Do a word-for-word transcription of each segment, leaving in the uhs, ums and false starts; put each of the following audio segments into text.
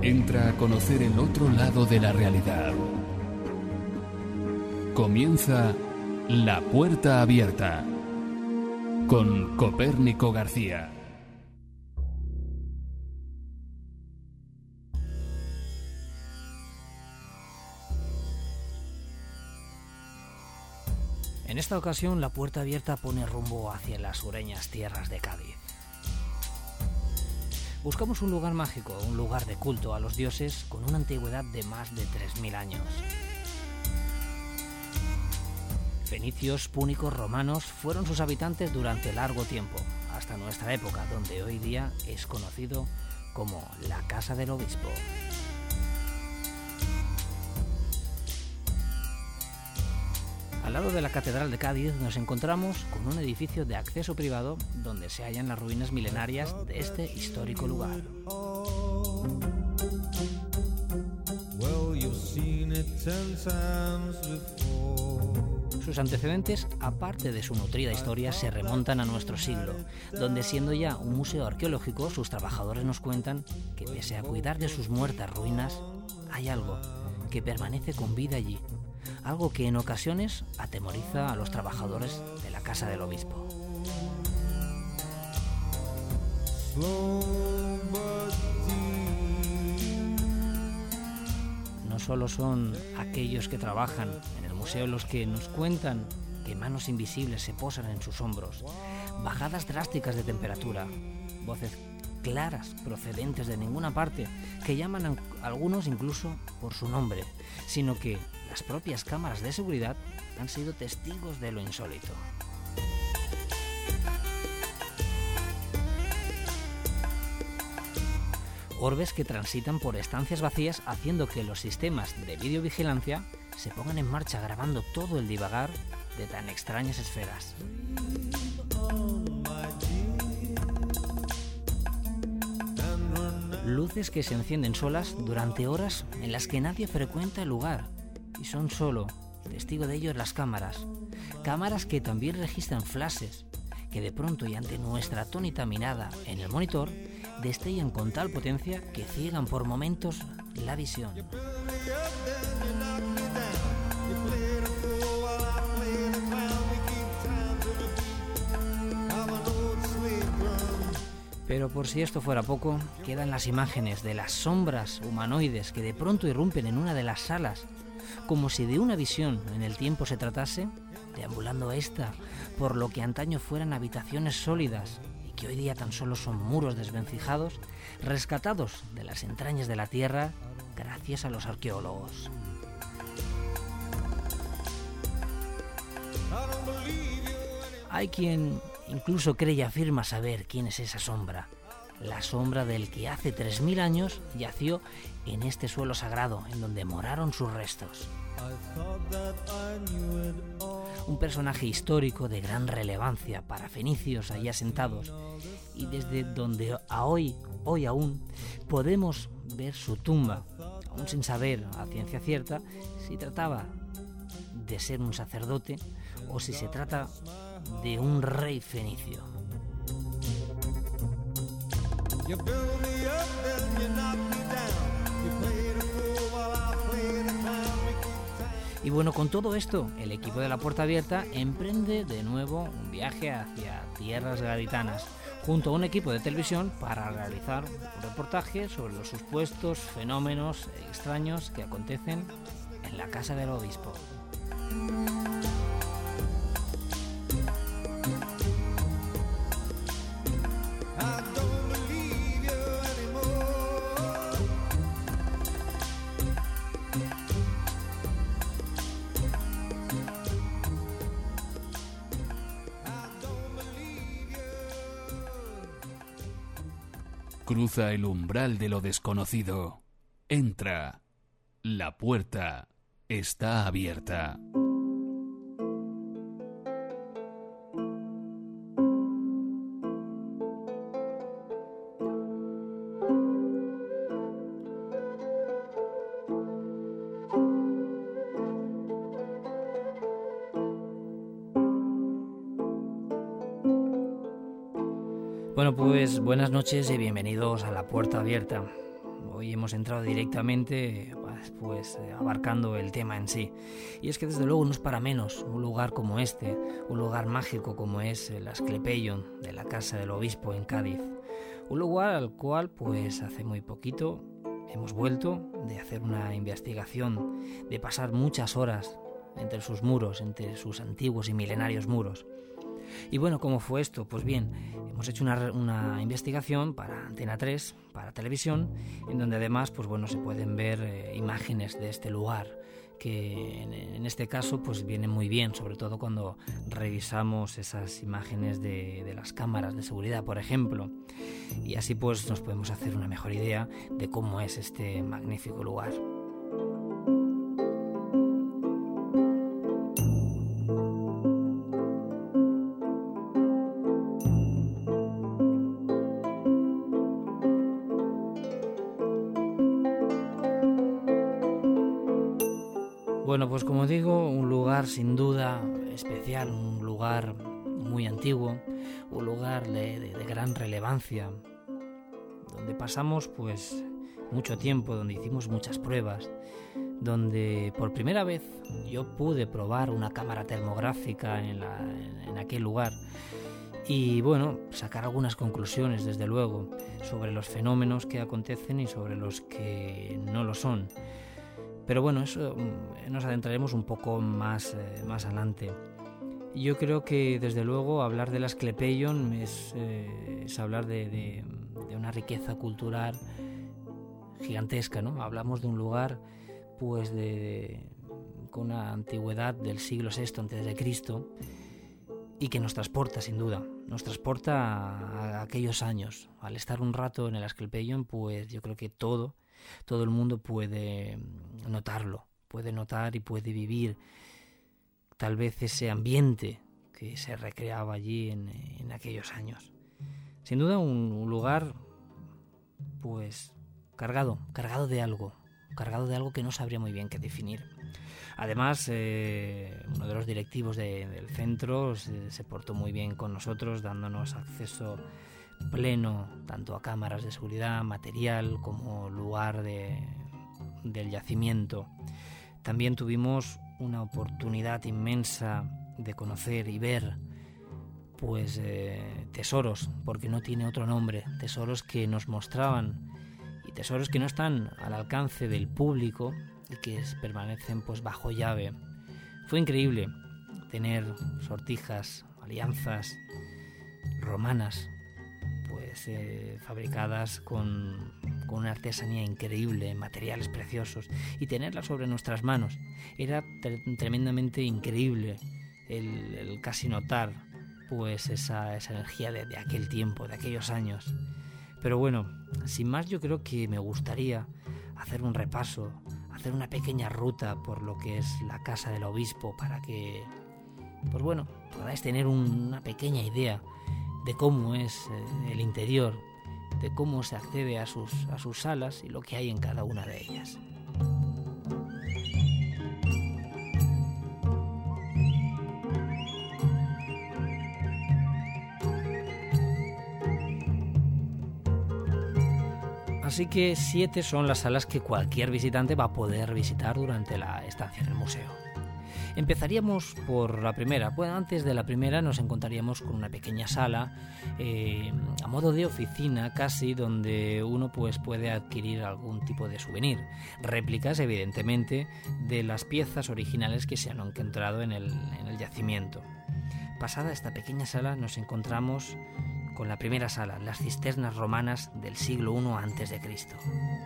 Entra a conocer el otro lado de la realidad. Comienza La Puerta Abierta con Copérnico García. En esta ocasión, La Puerta Abierta pone rumbo hacia las sureñas tierras de Cádiz. Buscamos un lugar mágico, un lugar de culto a los dioses con una antigüedad de más de tres mil años. Fenicios, púnicos, romanos fueron sus habitantes durante largo tiempo, hasta nuestra época, donde hoy día es conocido como la Casa del Obispo. Al lado de la Catedral de Cádiz nos encontramos con un edificio de acceso privado donde se hallan las ruinas milenarias de este histórico lugar. Sus antecedentes, aparte de su nutrida historia, se remontan a nuestro siglo, donde siendo ya un museo arqueológico, sus trabajadores nos cuentan que pese a cuidar de sus muertas ruinas, hay algo que permanece con vida allí. Algo que en ocasiones atemoriza a los trabajadores de la Casa del Obispo. No solo son aquellos que trabajan en el museo los que nos cuentan que manos invisibles se posan en sus hombros, bajadas drásticas de temperatura, voces claras procedentes de ninguna parte que llaman a algunos incluso por su nombre, sino que las propias cámaras de seguridad han sido testigos de lo insólito. Orbes que transitan por estancias vacías haciendo que los sistemas de videovigilancia se pongan en marcha grabando todo el divagar de tan extrañas esferas. Luces que se encienden solas durante horas en las que nadie frecuenta el lugar y son solo testigo de ello las cámaras. Cámaras que también registran flashes que de pronto y ante nuestra atónita mirada en el monitor destellan con tal potencia que ciegan por momentos la visión. Pero por si esto fuera poco, quedan las imágenes de las sombras humanoides que de pronto irrumpen en una de las salas, como si de una visión en el tiempo se tratase, deambulando esta por lo que antaño fueran habitaciones sólidas y que hoy día tan solo son muros desvencijados, rescatados de las entrañas de la tierra gracias a los arqueólogos. Hay quien incluso cree y afirma saber quién es esa sombra, la sombra del que hace tres mil años yació en este suelo sagrado en donde moraron sus restos. Un personaje histórico de gran relevancia para fenicios allí asentados y desde donde a hoy, hoy aún, podemos ver su tumba, aún sin saber a ciencia cierta si trataba de ser un sacerdote o si se trata de un rey fenicio. Y bueno, con todo esto, el equipo de La Puerta Abierta emprende de nuevo un viaje hacia tierras gaditanas, junto a un equipo de televisión para realizar un reportaje sobre los supuestos fenómenos extraños que acontecen en la Casa del Obispo. Cruza el umbral de lo desconocido. Entra. La puerta está abierta. Bueno, pues buenas noches y bienvenidos a La Puerta Abierta. hoy hemos entrado directamente pues abarcando el tema en sí. Y es que desde luego no es para menos un lugar como este, un lugar mágico como es el Asclepeion de la Casa del Obispo en Cádiz. Un lugar al cual pues hace muy poquito hemos vuelto de hacer una investigación, de pasar muchas horas entre sus muros, entre sus antiguos y milenarios muros. Y bueno, ¿cómo fue esto? Pues bien, hemos hecho una, una investigación para Antena tres, para televisión, en donde además pues bueno, se pueden ver eh, imágenes de este lugar, que en, en este caso pues vienen muy bien, sobre todo cuando revisamos esas imágenes de, de las cámaras de seguridad, por ejemplo. Y así pues nos podemos hacer una mejor idea de cómo es este magnífico lugar. Bueno, pues como digo, un lugar sin duda especial, un lugar muy antiguo, un lugar de, de, de gran relevancia, donde pasamos pues mucho tiempo, donde hicimos muchas pruebas, donde por primera vez yo pude probar una cámara termográfica en, la, en, en aquel lugar y bueno, sacar algunas conclusiones desde luego sobre los fenómenos que acontecen y sobre los que no lo son. Pero bueno, eso nos adentraremos un poco más, eh, más adelante. Yo creo que desde luego hablar del Asclepeion es, eh, es hablar de, de, de una riqueza cultural gigantesca, ¿no? Hablamos de un lugar pues de, de, con una antigüedad del siglo sexto antes de Cristo y que nos transporta sin duda, nos transporta a, a aquellos años. Al estar un rato en el Asclepeion, pues yo creo que todo Todo el mundo puede notarlo, puede notar y puede vivir tal vez ese ambiente que se recreaba allí en, en aquellos años. Sin duda un, un lugar pues cargado, cargado de algo, cargado de algo que no sabría muy bien qué definir. Además, eh, uno de los directivos de, del centro se, se portó muy bien con nosotros, dándonos acceso pleno tanto a cámaras de seguridad, material como lugar de, del yacimiento. También tuvimos una oportunidad inmensa de conocer y ver pues eh, tesoros, porque no tiene otro nombre, tesoros que nos mostraban y tesoros que no están al alcance del público y que permanecen pues bajo llave. Fue increíble tener sortijas, alianzas romanas pues eh, fabricadas con, con una artesanía increíble, materiales preciosos, y tenerlas sobre nuestras manos. Era tre- tremendamente increíble el, el casi notar pues esa, esa energía de, de aquel tiempo, de aquellos años. Pero bueno, sin más, yo creo que me gustaría hacer un repaso, hacer una pequeña ruta por lo que es la casa del obispo para que, pues bueno, podáis tener un, una pequeña idea de cómo es eh, el interior, de cómo se accede a sus, a sus salas y lo que hay en cada una de ellas. Así que siete son las salas que cualquier visitante va a poder visitar durante la estancia en el museo. Empezaríamos por la primera. Bueno, antes de la primera nos encontraríamos con una pequeña sala eh, a modo de oficina casi, donde uno pues puede adquirir algún tipo de souvenir, réplicas evidentemente de las piezas originales que se han encontrado en el, en el yacimiento. Pasada esta pequeña sala nos encontramos con la primera sala, las cisternas romanas del siglo primero antes de Cristo.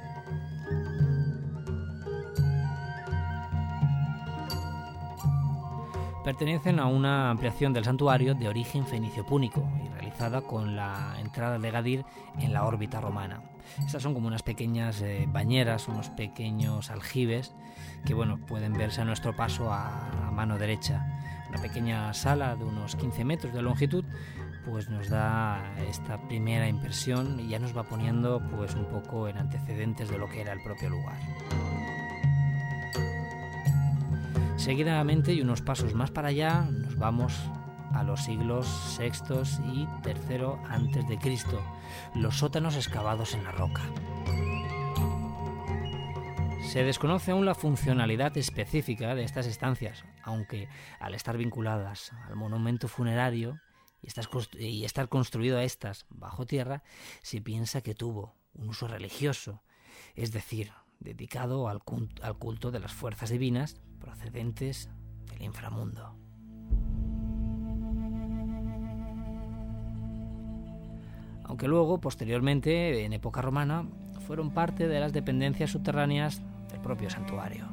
Pertenecen a una ampliación del santuario de origen fenicio-púnico y realizada con la entrada de Gadir en la órbita romana. Estas son como unas pequeñas eh, bañeras, unos pequeños aljibes que bueno, pueden verse a nuestro paso a, a mano derecha. Una pequeña sala de unos quince metros de longitud pues nos da esta primera impresión y ya nos va poniendo pues un poco en antecedentes de lo que era el propio lugar. Seguidamente y unos pasos más para allá nos vamos a los siglos sexto y tercero antes de Cristo, los sótanos excavados en la roca. Se desconoce aún la funcionalidad específica de estas estancias, aunque al estar vinculadas al monumento funerario y estar, y estar construido a estas bajo tierra, se piensa que tuvo un uso religioso, es decir, dedicado al culto, al culto de las fuerzas divinas procedentes del inframundo. Aunque luego, posteriormente, en época romana, fueron parte de las dependencias subterráneas del propio santuario.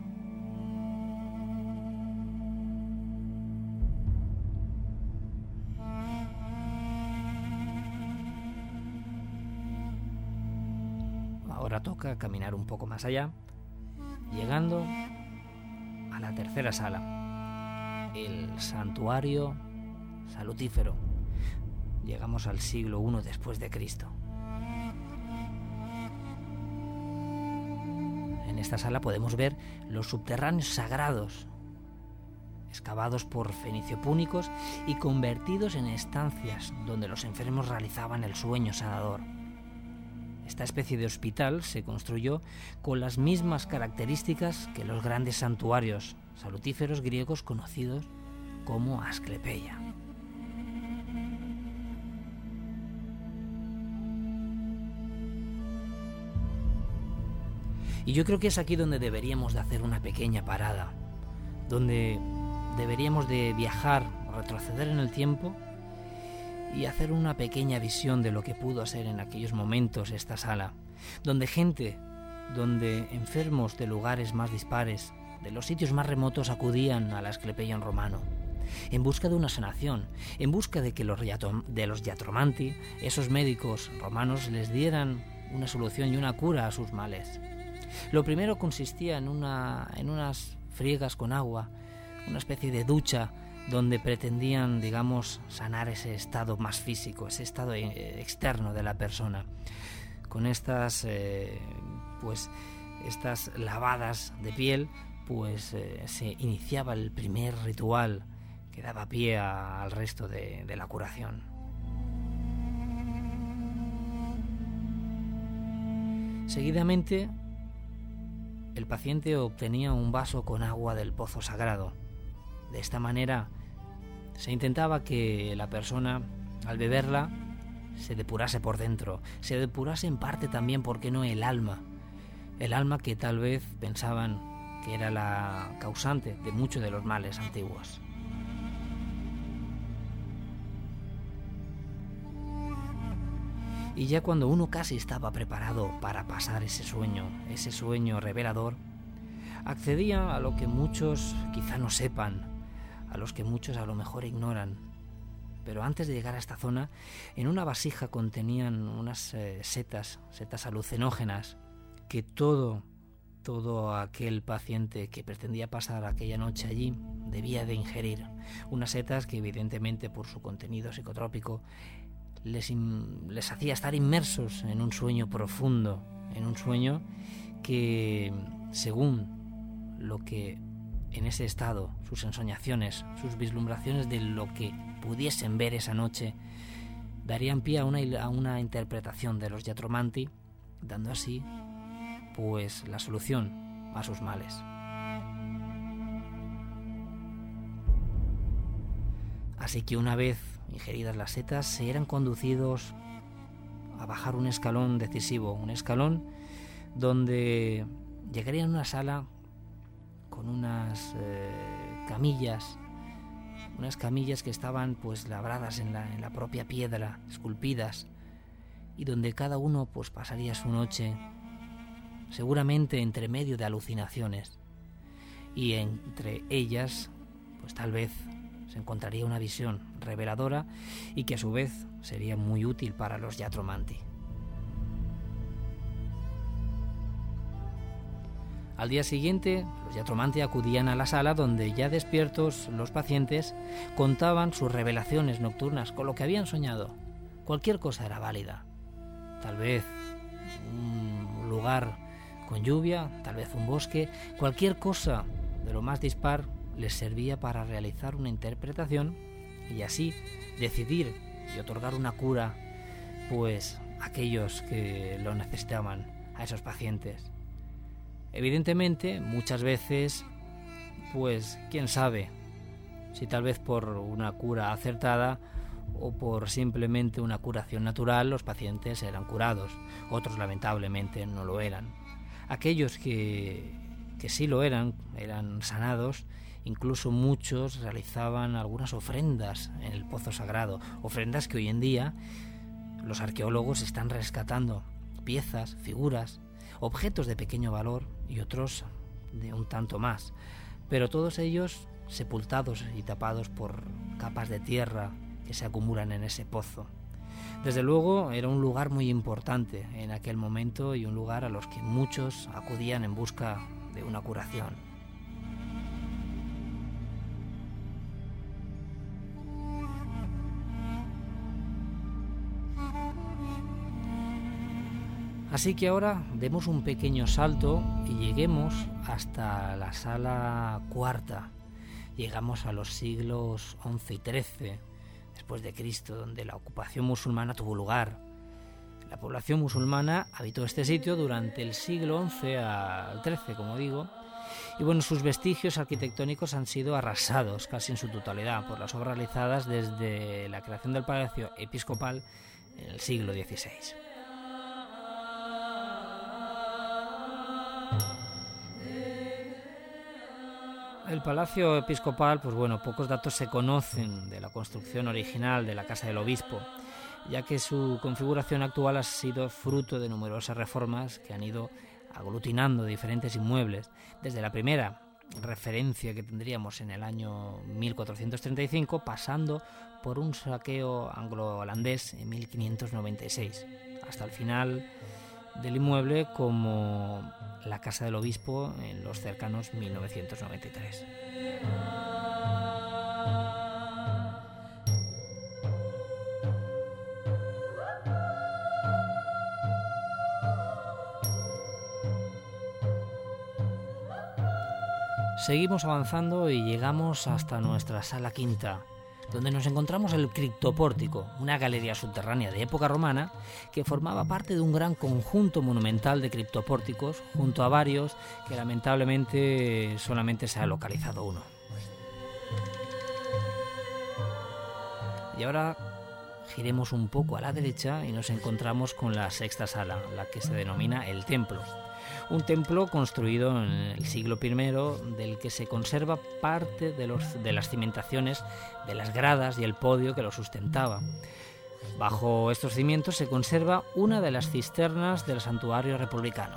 Ahora toca caminar un poco más allá, llegando a la tercera sala, el santuario salutífero. Llegamos al siglo primero después de Cristo. En esta sala podemos ver los subterráneos sagrados, excavados por fenicio-púnicos y convertidos en estancias donde los enfermos realizaban el sueño sanador. Esta especie de hospital se construyó con las mismas características que los grandes santuarios salutíferos griegos conocidos como Asclepeia. Y yo creo que es aquí donde deberíamos de hacer una pequeña parada, donde deberíamos de viajar, retroceder en el tiempo y hacer una pequeña visión de lo que pudo ser en aquellos momentos esta sala, donde gente, donde enfermos de lugares más dispares, de los sitios más remotos acudían al Asclepeion romano, en busca de una sanación, en busca de que los, de los Iatromanti, esos médicos romanos, les dieran una solución y una cura a sus males. Lo primero consistía en, una, en unas friegas con agua, una especie de ducha donde pretendían, digamos, sanar ese estado más físico, ese estado externo de la persona. Con estas, eh, pues, estas lavadas de piel, pues eh, se iniciaba el primer ritual que daba pie a, al resto de, de la curación. Seguidamente, el paciente obtenía un vaso con agua del pozo sagrado. De esta manera se intentaba que la persona, al beberla, se depurase por dentro, se depurase en parte también, ¿por qué no?, el alma. El alma que tal vez pensaban que era la causante de muchos de los males antiguos. Y ya cuando uno casi estaba preparado para pasar ese sueño, ese sueño revelador, accedía a lo que muchos quizá no sepan, a los que muchos a lo mejor ignoran. Pero antes de llegar a esta zona, en una vasija contenían unas eh, setas, setas alucinógenas, que todo, todo aquel paciente que pretendía pasar aquella noche allí debía de ingerir. Unas setas que evidentemente por su contenido psicotrópico Les, les hacía estar inmersos en un sueño profundo, en un sueño que, según lo que en ese estado, sus ensoñaciones, sus vislumbraciones de lo que pudiesen ver esa noche, darían pie a una, a una interpretación de los Iatromanti, dando así, pues, la solución a sus males. Así que una vez ingeridas las setas, se eran conducidos a bajar un escalón decisivo, un escalón donde llegarían a una sala con unas eh, camillas, unas camillas que estaban pues labradas en la, en la propia piedra, esculpidas, y donde cada uno pues pasaría su noche, seguramente entre medio de alucinaciones, y entre ellas pues tal vez se encontraría una visión reveladora y que a su vez sería muy útil para los Iatromanti. Al día siguiente, los Iatromanti acudían a la sala donde, ya despiertos, los pacientes contaban sus revelaciones nocturnas con lo que habían soñado. Cualquier cosa era válida. Tal vez un lugar con lluvia, tal vez un bosque, cualquier cosa de lo más dispar les servía para realizar una interpretación y así decidir y otorgar una cura, pues, a aquellos que lo necesitaban, a esos pacientes. Evidentemente, muchas veces, pues quién sabe, si tal vez por una cura acertada o por simplemente una curación natural, los pacientes eran curados. Otros lamentablemente no lo eran. Aquellos que, que sí lo eran, eran sanados. Incluso muchos realizaban algunas ofrendas en el pozo sagrado, ofrendas que hoy en día los arqueólogos están rescatando, piezas, figuras, objetos de pequeño valor y otros de un tanto más, pero todos ellos sepultados y tapados por capas de tierra que se acumulan en ese pozo. Desde luego era un lugar muy importante en aquel momento y un lugar a los que muchos acudían en busca de una curación. Así que ahora demos un pequeño salto y lleguemos hasta la sala cuarta. Llegamos a los siglos once y trece después de Cristo, donde la ocupación musulmana tuvo lugar. La población musulmana habitó este sitio durante el siglo once al trece, como digo, y bueno, sus vestigios arquitectónicos han sido arrasados casi en su totalidad por las obras realizadas desde la creación del Palacio Episcopal en el siglo dieciséis. El Palacio Episcopal, pues bueno, pocos datos se conocen de la construcción original de la Casa del Obispo, ya que su configuración actual ha sido fruto de numerosas reformas que han ido aglutinando diferentes inmuebles, desde la primera referencia que tendríamos en el año mil cuatrocientos treinta y cinco, pasando por un saqueo anglo-holandés en mil quinientos noventa y seis, hasta el final del inmueble como la Casa del Obispo en los cercanos mil novecientos noventa y tres. Seguimos avanzando y llegamos hasta nuestra sala quinta, donde nos encontramos el criptopórtico, una galería subterránea de época romana que formaba parte de un gran conjunto monumental de criptopórticos, junto a varios que lamentablemente solamente se ha localizado uno. Y ahora giremos un poco a la derecha y nos encontramos con la sexta sala, la que se denomina el templo. Un templo construido en el siglo primero, del que se conserva parte de, los, de las cimentaciones de las gradas y el podio que lo sustentaba. Bajo estos cimientos se conserva una de las cisternas del santuario republicano.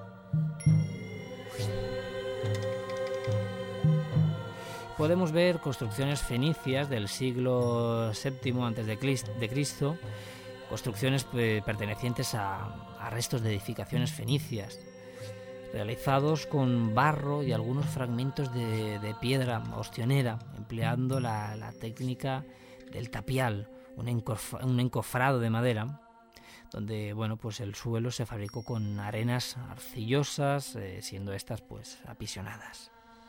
Podemos ver construcciones fenicias del siglo séptimo antes de Cristo, construcciones pertenecientes a, a restos de edificaciones fenicias, realizados con barro y algunos fragmentos de, de piedra ostionera, empleando la, la técnica del tapial, un, encof, un encofrado de madera, donde bueno, pues el suelo se fabricó con arenas arcillosas, eh, siendo estas pues apisionadas.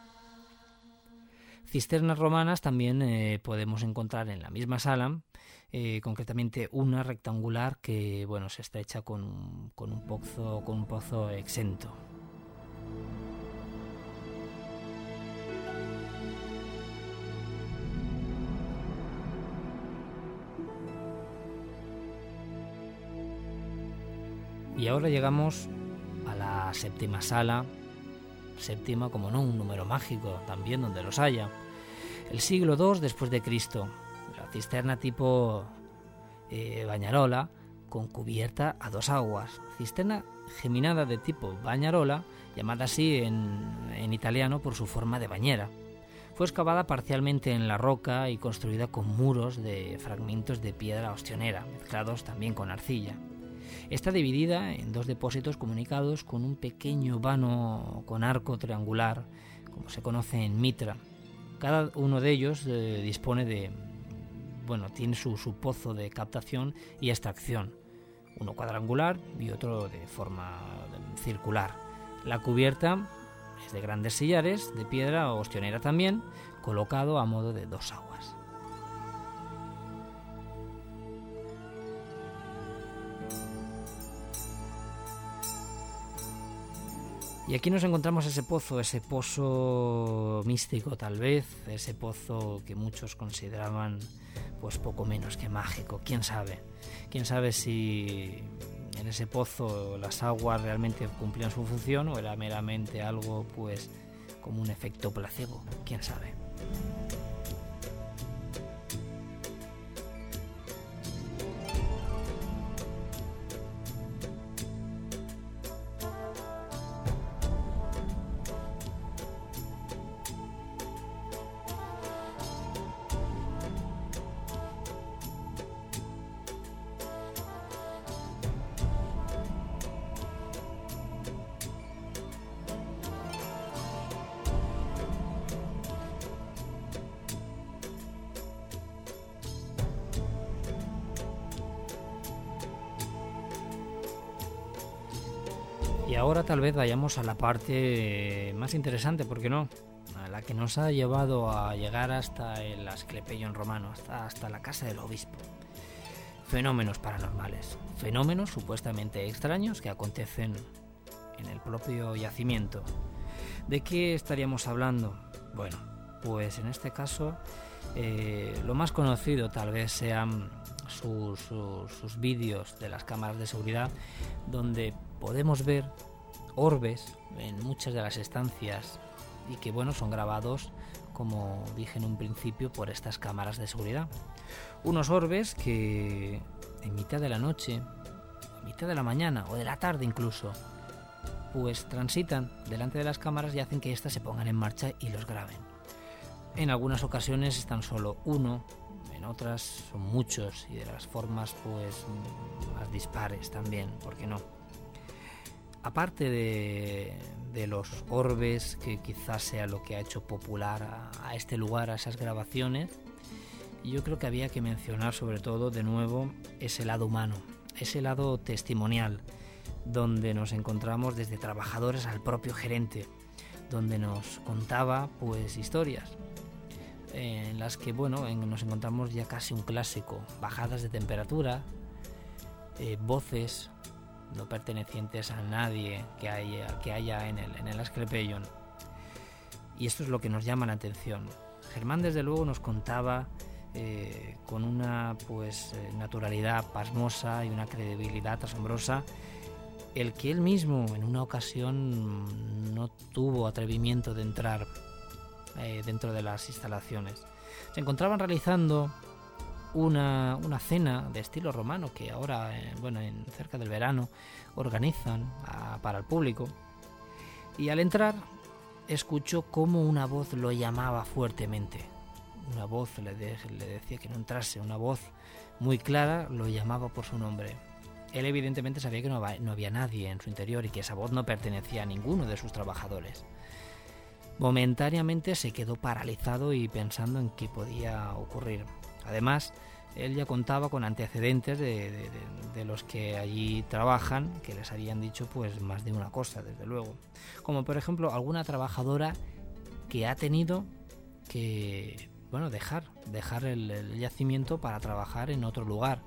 Cisternas romanas también eh, podemos encontrar en la misma sala, eh, concretamente una rectangular que bueno, se está hecha con, con, un pozo, con un pozo exento. Y ahora llegamos a la séptima sala, séptima como no, un número mágico también donde los haya. El siglo segundo después de Cristo, la cisterna tipo eh, Bañarola con cubierta a dos aguas, cisterna geminada de tipo Bañarola, llamada así en, en italiano por su forma de bañera. Fue excavada parcialmente en la roca y construida con muros de fragmentos de piedra ostionera, mezclados también con arcilla. Está dividida en dos depósitos comunicados con un pequeño vano con arco triangular, como se conoce en Mitra. Cada uno de ellos eh, dispone de, bueno, tiene su, su pozo de captación y extracción, uno cuadrangular y otro de forma circular. La cubierta es de grandes sillares de piedra ostionera también, colocado a modo de dos aguas. Y aquí nos encontramos ese pozo, ese pozo místico tal vez, ese pozo que muchos consideraban pues poco menos que mágico, quién sabe, quién sabe si en ese pozo las aguas realmente cumplían su función o era meramente algo pues como un efecto placebo, quién sabe. Y ahora tal vez vayamos a la parte más interesante, ¿por qué no? A la que nos ha llevado a llegar hasta el Asclepeion romano, hasta, hasta la casa del obispo. Fenómenos paranormales, fenómenos supuestamente extraños que acontecen en el propio yacimiento. ¿De qué estaríamos hablando? Bueno, pues en este caso eh, lo más conocido tal vez sean sus, sus, sus vídeos de las cámaras de seguridad, donde podemos ver orbes en muchas de las estancias y que bueno, son grabados, como dije en un principio, por estas cámaras de seguridad. Unos orbes que en mitad de la noche, en mitad de la mañana o de la tarde incluso, pues transitan delante de las cámaras y hacen que éstas se pongan en marcha y los graben. En algunas ocasiones es tan solo uno, en otras son muchos y de las formas pues más dispares también, ¿por qué no? Aparte de, de los orbes, que quizás sea lo que ha hecho popular a, a este lugar, a esas grabaciones, yo creo que había que mencionar sobre todo de nuevo ese lado humano, ese lado testimonial, donde nos encontramos desde trabajadores al propio gerente, donde nos contaba pues historias en las que bueno, en, nos encontramos ya casi un clásico, bajadas de temperatura, eh, voces no pertenecientes a nadie que haya, que haya en el, en el Asclepeion. Y esto es lo que nos llama la atención. Germán desde luego nos contaba eh, con una pues eh, naturalidad pasmosa y una credibilidad asombrosa el que él mismo en una ocasión no tuvo atrevimiento de entrar eh, dentro de las instalaciones. Se encontraban realizando Una, una cena de estilo romano que ahora, eh, bueno, en, cerca del verano, organizan a, para el público. Y al entrar, escuchó cómo una voz lo llamaba fuertemente. Una voz le, de, le decía que no entrase, una voz muy clara lo llamaba por su nombre. Él evidentemente sabía que no, no había nadie en su interior y que esa voz no pertenecía a ninguno de sus trabajadores. Momentáneamente se quedó paralizado y pensando en qué podía ocurrir. Además, él ya contaba con antecedentes de, de, de, de los que allí trabajan, que les habían dicho pues más de una cosa, desde luego. Como por ejemplo alguna trabajadora que ha tenido que bueno, dejar, dejar el, el yacimiento para trabajar en otro lugar.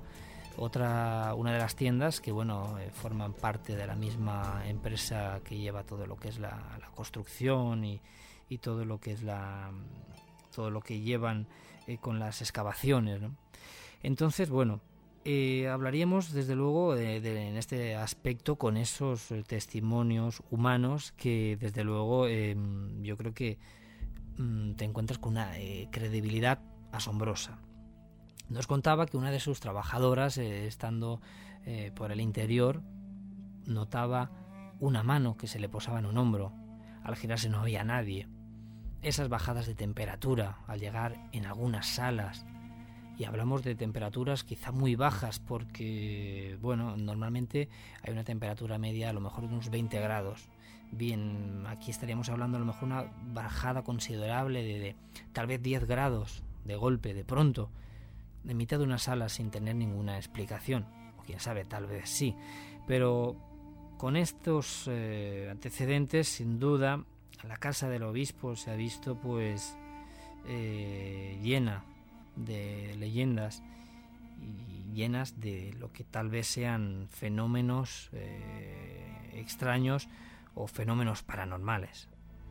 Otra, una de las tiendas que bueno, eh, forman parte de la misma empresa que lleva todo lo que es la, la construcción y, y todo lo que es la todo lo que llevan eh, con las excavaciones, ¿no? Entonces, bueno, eh, hablaríamos desde luego de, de, en este aspecto con esos eh, testimonios humanos que desde luego eh, yo creo que mm, te encuentras con una eh, credibilidad asombrosa. Nos contaba que una de sus trabajadoras, eh, estando eh, por el interior, notaba una mano que se le posaba en un hombro. Al girarse no había nadie. Esas bajadas de temperatura al llegar en algunas salas, y hablamos de temperaturas quizá muy bajas porque, bueno, normalmente hay una temperatura media a lo mejor de unos veinte grados. Bien, aquí estaríamos hablando a lo mejor una bajada considerable de, de tal vez diez grados de golpe, de pronto, en mitad de una sala sin tener ninguna explicación, o quién sabe, tal vez sí, pero con estos eh, antecedentes, sin duda, la casa del obispo se ha visto pues eh, llena de leyendas y llenas de lo que tal vez sean fenómenos eh, extraños o fenómenos paranormales.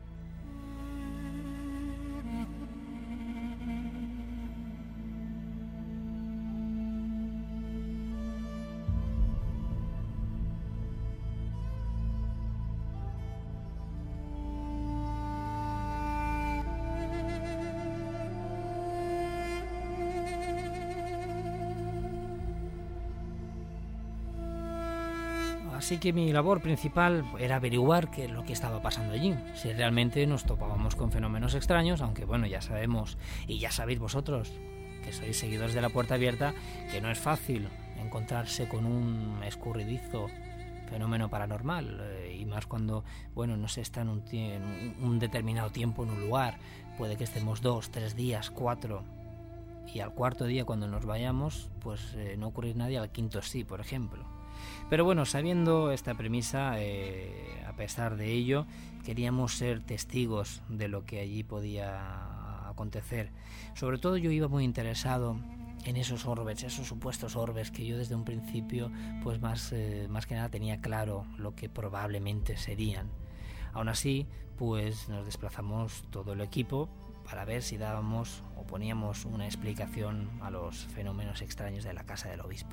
Así que mi labor principal era averiguar qué es lo que estaba pasando allí, si realmente nos topábamos con fenómenos extraños, aunque bueno, ya sabemos, y ya sabéis vosotros, que sois seguidores de La Puerta Abierta, que no es fácil encontrarse con un escurridizo fenómeno paranormal, eh, y más cuando, bueno, no se está en un, en un determinado tiempo en un lugar, puede que estemos dos, tres días, cuatro, y al cuarto día cuando nos vayamos, pues eh, no ocurrir nadie, al quinto sí, por ejemplo. Pero bueno, sabiendo esta premisa, eh, a pesar de ello, queríamos ser testigos de lo que allí podía acontecer. Sobre todo yo iba muy interesado en esos orbes, esos supuestos orbes que yo desde un principio, pues más, eh, más que nada tenía claro lo que probablemente serían. Aún así, pues nos desplazamos todo el equipo para ver si dábamos o poníamos una explicación a los fenómenos extraños de la casa del obispo.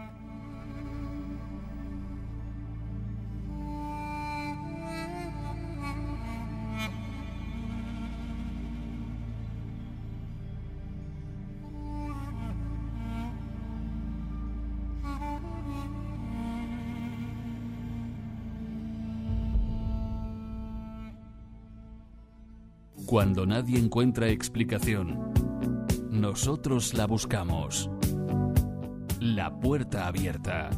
Cuando nadie encuentra explicación, nosotros la buscamos. La Puerta Abierta.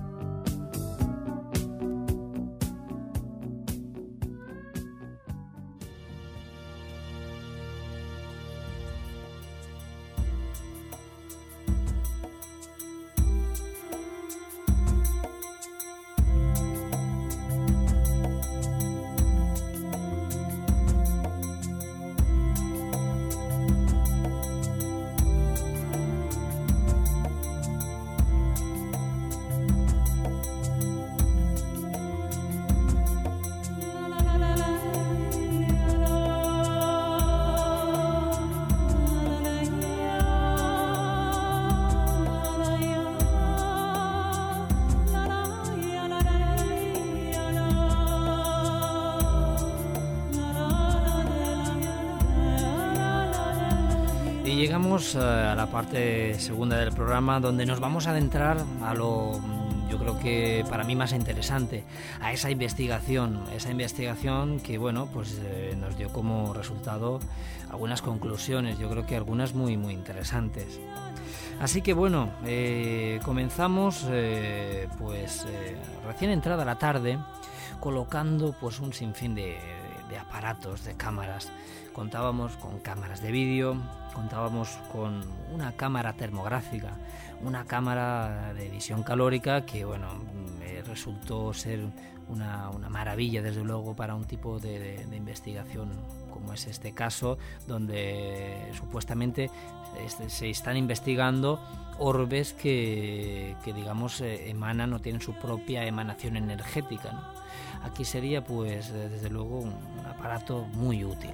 Llegamos a la parte segunda del programa, donde nos vamos a adentrar a lo, yo creo que para mí más interesante, a esa investigación, esa investigación que bueno, pues eh, nos dio como resultado algunas conclusiones, yo creo que algunas muy muy interesantes. Así que bueno, eh, comenzamos eh, pues eh, recién entrada la tarde, colocando pues un sinfín de, de aparatos, de cámaras. Contábamos con cámaras de vídeo, contábamos con una cámara termográfica, una cámara de visión calórica que bueno, eh, resultó ser una, una maravilla desde luego para un tipo de, de, de investigación como es este caso, donde supuestamente este, se están investigando orbes que, que digamos eh, emanan o tienen su propia emanación energética, ¿no? Aquí sería pues desde luego un, un aparato muy útil.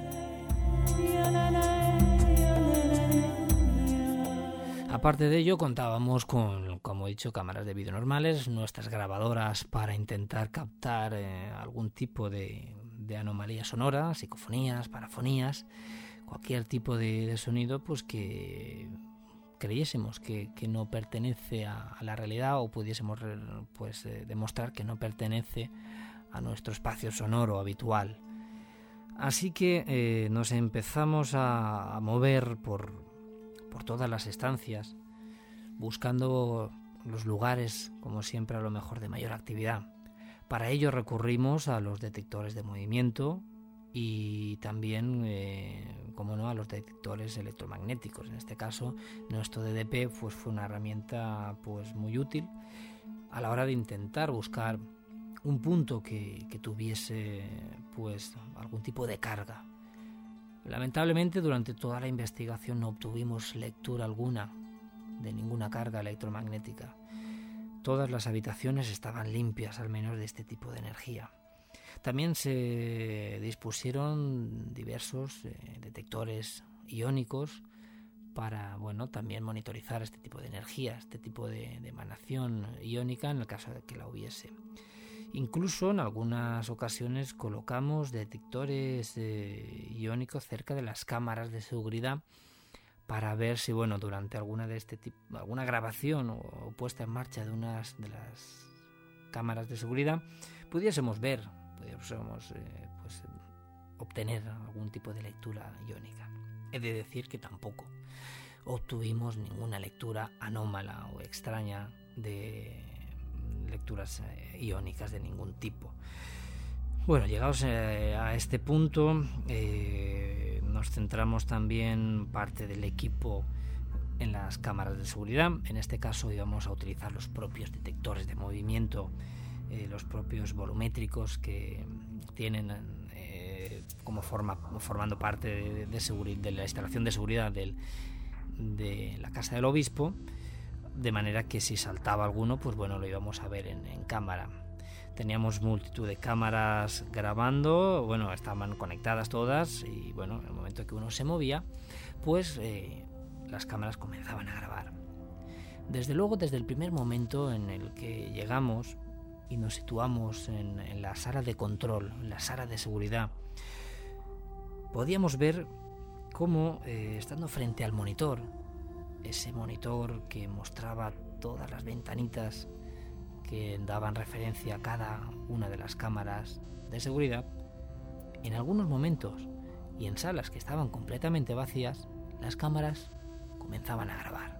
Aparte de ello, contábamos con, como he dicho, cámaras de vídeo normales, nuestras grabadoras para intentar captar eh, algún tipo de, de anomalía sonora, psicofonías, parafonías, cualquier tipo de, de sonido pues que creyésemos que, que no pertenece a, a la realidad o pudiésemos pues eh, demostrar que no pertenece a nuestro espacio sonoro habitual. Así que eh, nos empezamos a, a mover por, por todas las estancias, buscando los lugares, como siempre, a lo mejor de mayor actividad. Para ello recurrimos a los detectores de movimiento y también, eh, como no, a los detectores electromagnéticos. En este caso, nuestro D D P pues, fue una herramienta pues, muy útil a la hora de intentar buscar un punto que, que tuviese pues algún tipo de carga. Lamentablemente durante toda la investigación no obtuvimos lectura alguna de ninguna carga electromagnética. Todas las habitaciones estaban limpias al menos de este tipo de energía. También se dispusieron diversos eh, detectores iónicos para, bueno, también monitorizar este tipo de energía, este tipo de, de emanación iónica en el caso de que la hubiese. Incluso en algunas ocasiones colocamos detectores eh, iónicos cerca de las cámaras de seguridad para ver si, bueno, durante alguna de este tipo, alguna grabación o, o puesta en marcha de unas de las cámaras de seguridad, pudiésemos ver, pudiésemos eh, pues, obtener algún tipo de lectura iónica. He de decir que tampoco obtuvimos ninguna lectura anómala o extraña de lecturas eh, iónicas de ningún tipo. Bueno, llegados eh, a este punto, eh, nos centramos también parte del equipo en las cámaras de seguridad. En este caso íbamos a utilizar los propios detectores de movimiento, eh, los propios volumétricos que tienen eh, como forma, formando parte de, de, seguri- de la instalación de seguridad del, de la Casa del Obispo, de manera que si saltaba alguno, pues bueno, lo íbamos a ver en, en cámara. Teníamos multitud de cámaras grabando, bueno, estaban conectadas todas y bueno, en el momento que uno se movía, pues eh, las cámaras comenzaban a grabar. Desde luego, desde el primer momento en el que llegamos y nos situamos en, en la sala de control, en la sala de seguridad, podíamos ver cómo, eh, estando frente al monitor, ese monitor que mostraba todas las ventanitas que daban referencia a cada una de las cámaras de seguridad, en algunos momentos y en salas que estaban completamente vacías, las cámaras comenzaban a grabar.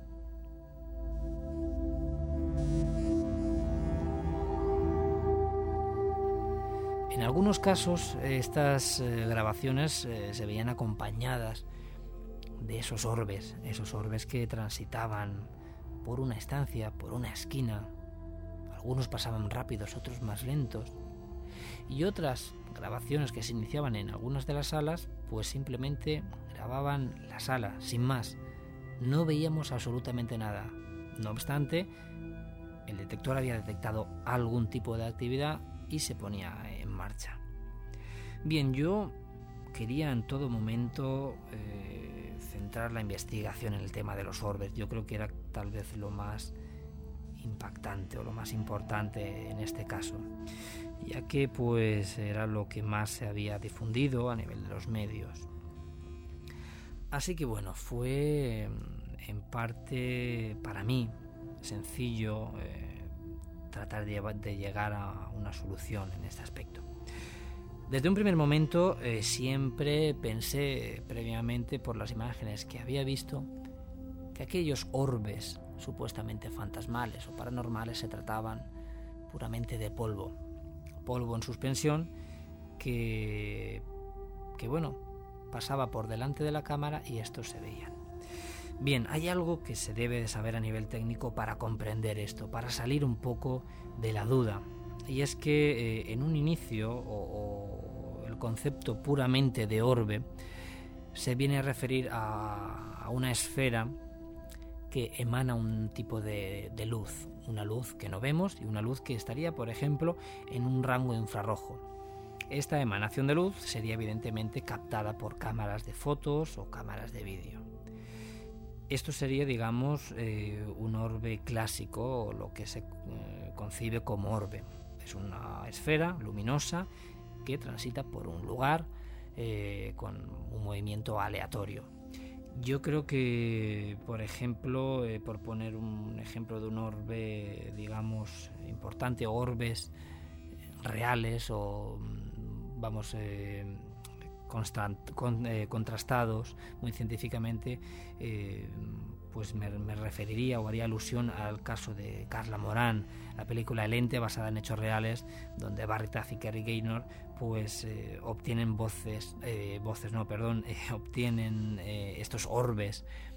En algunos casos estas eh, grabaciones eh, se veían acompañadas de esos orbes, esos orbes que transitaban por una estancia, por una esquina. Algunos pasaban rápidos, otros más lentos. Y otras grabaciones que se iniciaban en algunas de las salas, pues simplemente grababan la sala, sin más. No veíamos absolutamente nada. No obstante, el detector había detectado algún tipo de actividad y se ponía en marcha. Bien, yo quería en todo momento eh, centrar la investigación en el tema de los orbes. Yo creo que era tal vez lo más impactante o lo más importante en este caso, ya que pues era lo que más se había difundido a nivel de los medios. Así que bueno, fue en parte para mí sencillo eh, tratar de, de llegar a una solución en este aspecto. Desde un primer momento eh, siempre pensé previamente por las imágenes que había visto que aquellos orbes supuestamente fantasmales o paranormales se trataban puramente de polvo, polvo en suspensión que, que bueno, pasaba por delante de la cámara y estos se veían. Bien, hay algo que se debe de saber a nivel técnico para comprender esto, para salir un poco de la duda. Y es que eh, en un inicio o, o el concepto puramente de orbe se viene a referir a, a una esfera que emana un tipo de, de luz, una luz que no vemos y una luz que estaría, por ejemplo, en un rango infrarrojo. Esta emanación de luz sería evidentemente captada por cámaras de fotos o cámaras de vídeo. Esto sería, digamos, eh, un orbe clásico, o lo que se eh, concibe como orbe. Es una esfera luminosa que transita por un lugar eh, con un movimiento aleatorio. Yo creo que, por ejemplo, eh, por poner un ejemplo de un orbe, digamos, importante, orbes reales o, vamos, eh, constant, con, eh, contrastados muy científicamente, eh, pues me, me referiría o haría alusión al caso de Carla Morán, la película El Ente, basada en hechos reales, donde Barry Taff y Kerry Gaynor pues eh, obtienen voces, eh, voces no, perdón, eh, obtienen eh, estos orbes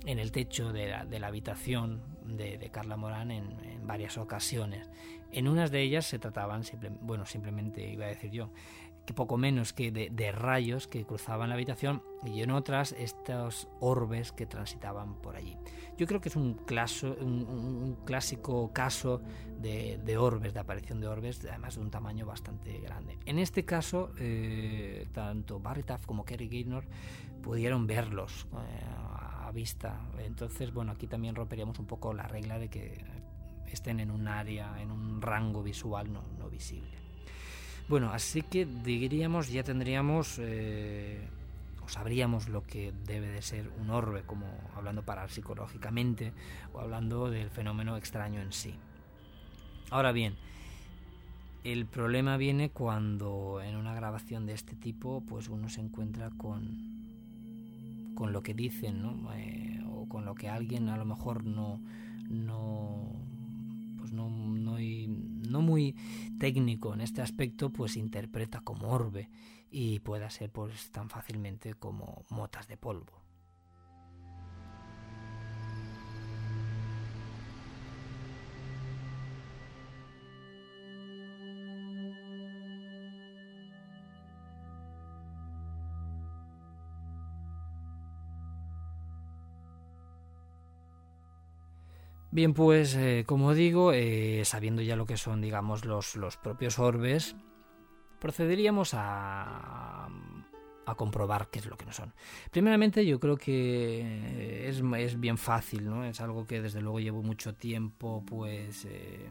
en el techo de la, de la habitación de, de Carla Morán en, en varias ocasiones. En unas de ellas se trataban, simple, bueno, simplemente iba a decir yo, que poco menos que de, de rayos que cruzaban la habitación, y en otras estos orbes que transitaban por allí. Yo creo que es un, claso, un, un clásico caso de, de orbes, de aparición de orbes, además de un tamaño bastante grande. En este caso, eh, tanto Barry Taff como Kerry Gaynor pudieron verlos eh, a vista. Entonces, bueno, aquí también romperíamos un poco la regla de que estén en un área, en un rango visual no, no visible. Bueno, así que diríamos, ya tendríamos, eh, o sabríamos lo que debe de ser un orbe, como hablando parapsicológicamente o hablando del fenómeno extraño en sí. Ahora bien, el problema viene cuando en una grabación de este tipo, pues uno se encuentra con, con lo que dicen, ¿no? Eh, o con lo que alguien a lo mejor no, no, pues no, no, no muy técnico en este aspecto, pues interpreta como orbe y pueda ser pues tan fácilmente como motas de polvo. Bien, pues eh, como digo, eh, sabiendo ya lo que son, digamos, los, los propios orbes, procederíamos a, a comprobar qué es lo que no son. Primeramente, yo creo que es, es bien fácil, ¿no? Es algo que desde luego llevo mucho tiempo, pues, eh,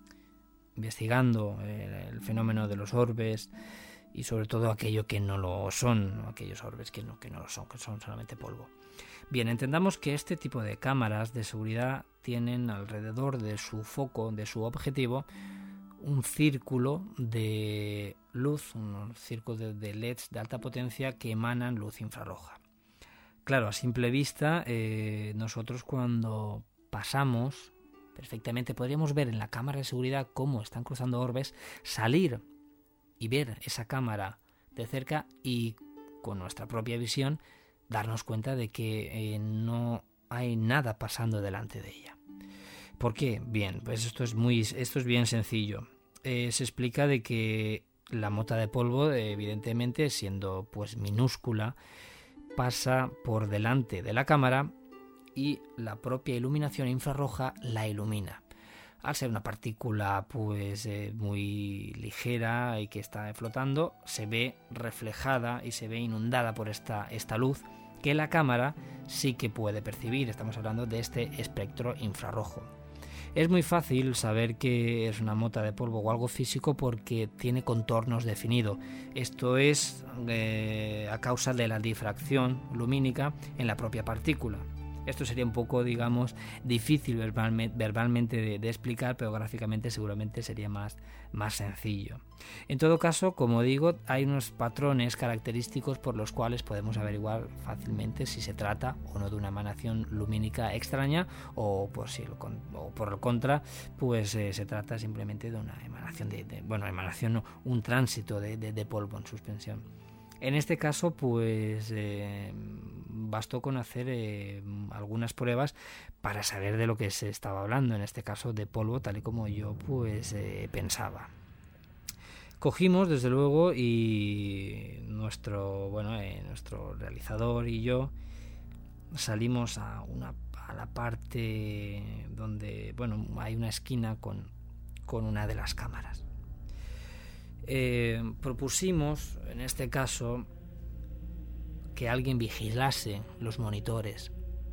investigando el, el fenómeno de los orbes y sobre todo aquello que no lo son, ¿no? Aquellos orbes que no, que no lo son, que son solamente polvo. Bien, entendamos que este tipo de cámaras de seguridad tienen alrededor de su foco, de su objetivo, un círculo de luz, un círculo de, de L E Ds de alta potencia que emanan luz infrarroja. Claro, a simple vista, eh, nosotros cuando pasamos, perfectamente podríamos ver en la cámara de seguridad cómo están cruzando orbes, salir y ver esa cámara de cerca y con nuestra propia visión darnos cuenta de que eh, no hay nada pasando delante de ella. ¿Por qué? Bien, pues esto es muy, esto es bien sencillo. Eh, se explica de que la mota de polvo, eh, evidentemente, siendo pues minúscula, pasa por delante de la cámara y la propia iluminación infrarroja la ilumina. Al ser una partícula pues eh, muy ligera y que está flotando, se ve reflejada y se ve inundada por esta, esta luz que la cámara sí que puede percibir. Estamos hablando de este espectro infrarrojo. Es muy fácil saber que es una mota de polvo o algo físico porque tiene contornos definidos. Esto es eh, a causa de la difracción lumínica en la propia partícula. Esto sería un poco, digamos, difícil verbalmente, verbalmente de, de explicar, pero gráficamente seguramente sería más, más sencillo. En todo caso, como digo, hay unos patrones característicos por los cuales podemos averiguar fácilmente si se trata o no de una emanación lumínica extraña o por, si el, o por el contra, pues eh, se trata simplemente de una emanación, de, de bueno, emanación no, un tránsito de, de, de polvo en suspensión. En este caso, pues eh, bastó con hacer eh, algunas pruebas para saber de lo que se estaba hablando, en este caso de polvo, tal y como yo pues eh, pensaba. Cogimos, desde luego, y nuestro, bueno, eh, nuestro realizador y yo salimos a, una, a la parte donde, bueno, hay una esquina con, con una de las cámaras. Eh, propusimos, en este caso, que alguien vigilase los monitores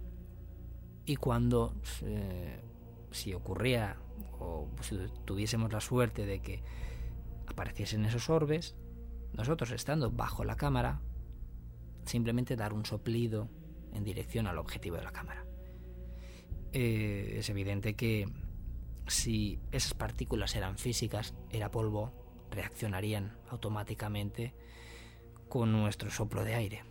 y cuando, eh, si ocurría o si tuviésemos la suerte de que apareciesen esos orbes, nosotros estando bajo la cámara, simplemente dar un soplido en dirección al objetivo de la cámara. Eh, es evidente que si esas partículas eran físicas, era polvo, reaccionarían automáticamente con nuestro soplo de aire.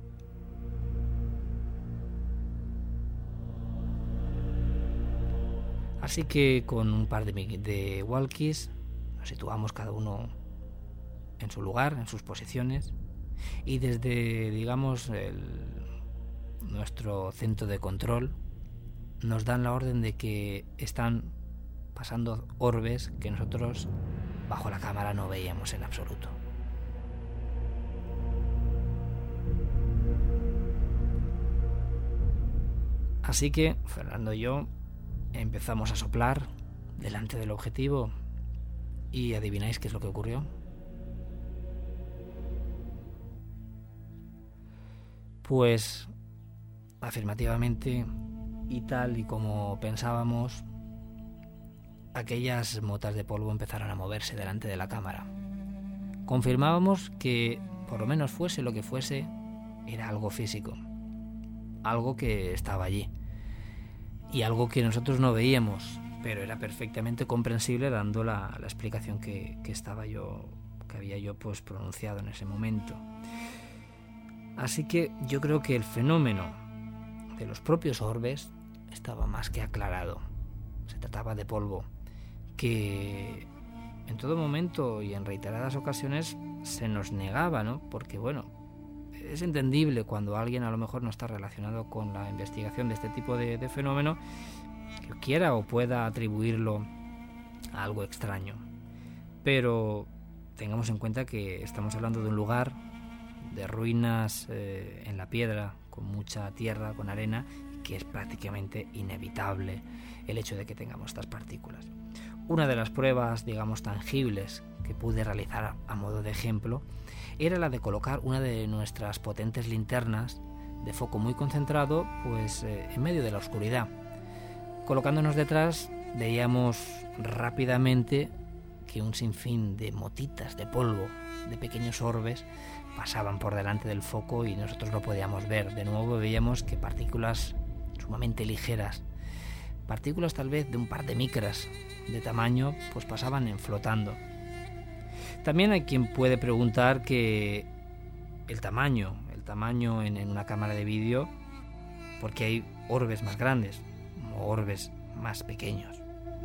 Así que con un par de, de walkies nos situamos cada uno en su lugar, en sus posiciones, y desde, digamos, el, nuestro centro de control, nos dan la orden de que están pasando orbes que nosotros bajo la cámara no veíamos en absoluto. Así que Fernando y yo empezamos a soplar delante del objetivo y ¿adivináis qué es lo que ocurrió? Pues afirmativamente y tal y como pensábamos, aquellas motas de polvo empezaron a moverse delante de la cámara. Confirmábamos que, por lo menos fuese lo que fuese, era algo físico, algo que estaba allí y algo que nosotros no veíamos, pero era perfectamente comprensible dando la, la explicación que, que estaba yo, que había yo pues pronunciado en ese momento. Así que yo creo que el fenómeno de los propios orbes estaba más que aclarado. Se trataba de polvo que en todo momento y en reiteradas ocasiones se nos negaba, ¿no? Porque bueno, es entendible cuando alguien a lo mejor no está relacionado con la investigación de este tipo de, de fenómeno, que quiera o pueda atribuirlo a algo extraño. Pero tengamos en cuenta que estamos hablando de un lugar de ruinas eh, en la piedra, con mucha tierra, con arena, que es prácticamente inevitable el hecho de que tengamos estas partículas. Una de las pruebas, digamos, tangibles que pude realizar a modo de ejemplo era la de colocar una de nuestras potentes linternas de foco muy concentrado pues eh, en medio de la oscuridad. Colocándonos detrás veíamos rápidamente que un sinfín de motitas de polvo, de pequeños orbes, pasaban por delante del foco y nosotros lo podíamos ver. De nuevo veíamos que partículas sumamente ligeras, partículas tal vez de un par de micras de tamaño, pues pasaban en flotando. También hay quien puede preguntar que el tamaño, el tamaño en, en una cámara de vídeo, porque hay orbes más grandes o orbes más pequeños.